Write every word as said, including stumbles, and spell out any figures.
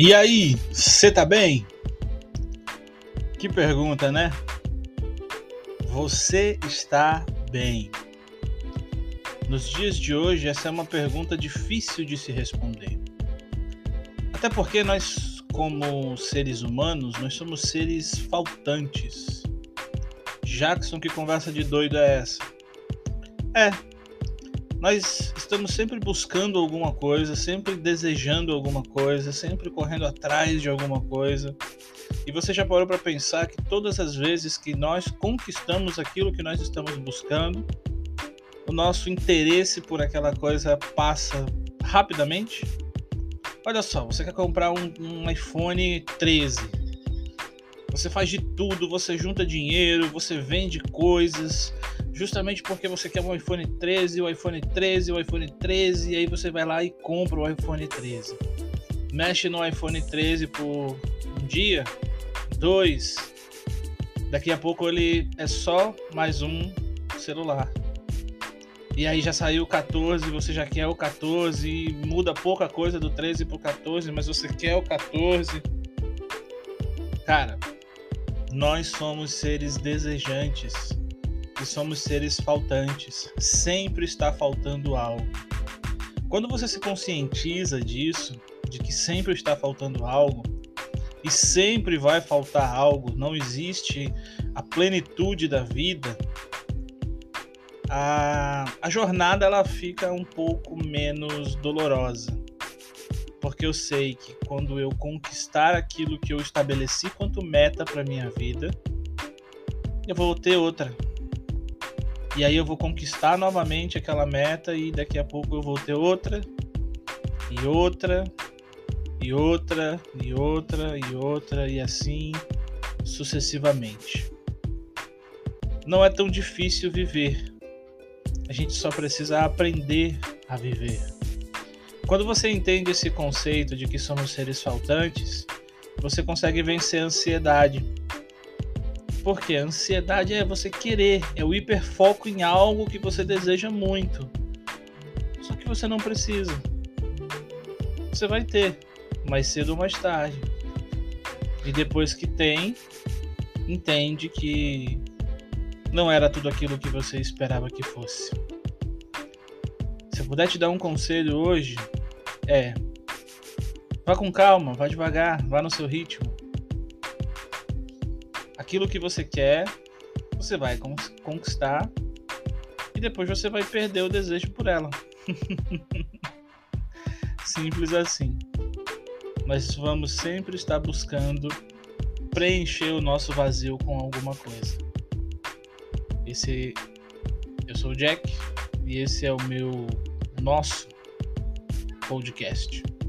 E aí, você tá bem? Que pergunta, né? Você está bem? Nos dias de hoje, essa é uma pergunta difícil de se responder. Até porque nós, como seres humanos, nós somos seres faltantes. Jackson, que conversa de doido é essa? É, nós estamos sempre buscando alguma coisa, sempre desejando alguma coisa, sempre correndo atrás de alguma coisa. E você já parou para pensar que todas as vezes que nós conquistamos aquilo que nós estamos buscando, o nosso interesse por aquela coisa passa rapidamente? Olha só, você quer comprar um, um iPhone treze. Você faz de tudo, você junta dinheiro, você vende coisas, justamente porque você quer um iPhone treze, o iPhone treze, o iPhone treze, e aí você vai lá e compra o iPhone treze. Mexe no iPhone treze por um dia, dois, daqui a pouco ele é só mais um celular. E aí já saiu o quatorze, você já quer o quatorze, e muda pouca coisa do treze pro quatorze, mas você quer o quatorze. Cara, nós somos seres desejantes e somos seres faltantes. Sempre está faltando algo. Quando você se conscientiza disso, de que sempre está faltando algo, e sempre vai faltar algo, não existe a plenitude da vida, a, a jornada ela fica um pouco menos dolorosa. Porque eu sei que quando eu conquistar aquilo que eu estabeleci quanto meta para minha vida, eu vou ter outra. E aí eu vou conquistar novamente aquela meta e daqui a pouco eu vou ter outra, e outra, e outra, e outra, e outra, e assim sucessivamente. Não é tão difícil viver. A gente só precisa aprender a viver. Quando você entende esse conceito de que somos seres faltantes, você consegue vencer a ansiedade. Porque a ansiedade é você querer, é o hiperfoco em algo que você deseja muito. Só que você não precisa. Você vai ter, mais cedo ou mais tarde. E depois que tem, entende que não era tudo aquilo que você esperava que fosse. Se eu puder te dar um conselho hoje, é: vá com calma, vá devagar, vá no seu ritmo. Aquilo que você quer, você vai conquistar e depois você vai perder o desejo por ela. Simples assim. Nós vamos sempre estar buscando preencher o nosso vazio com alguma coisa. Esse, eu sou o Jack e esse é o meu, nosso podcast.